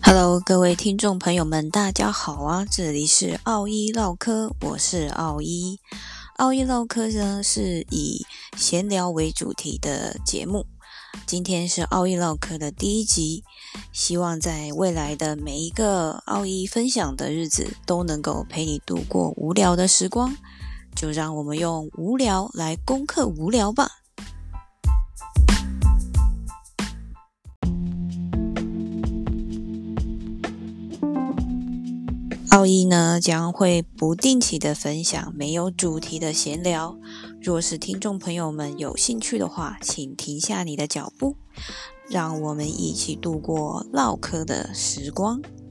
Hello，各位听众朋友们，大家好啊！这里是奥一唠嗑，我是奥一。奥一唠嗑呢是以闲聊为主题的节目，今天是奥一唠嗑的第一集，希望在未来的每一个奥一分享的日子都能够陪你度过无聊的时光，就让我们用无聊来攻克无聊吧。奥一呢将会不定期的分享没有主题的闲聊，若是听众朋友们有兴趣的话，请停下你的脚步，让我们一起度过唠嗑的时光。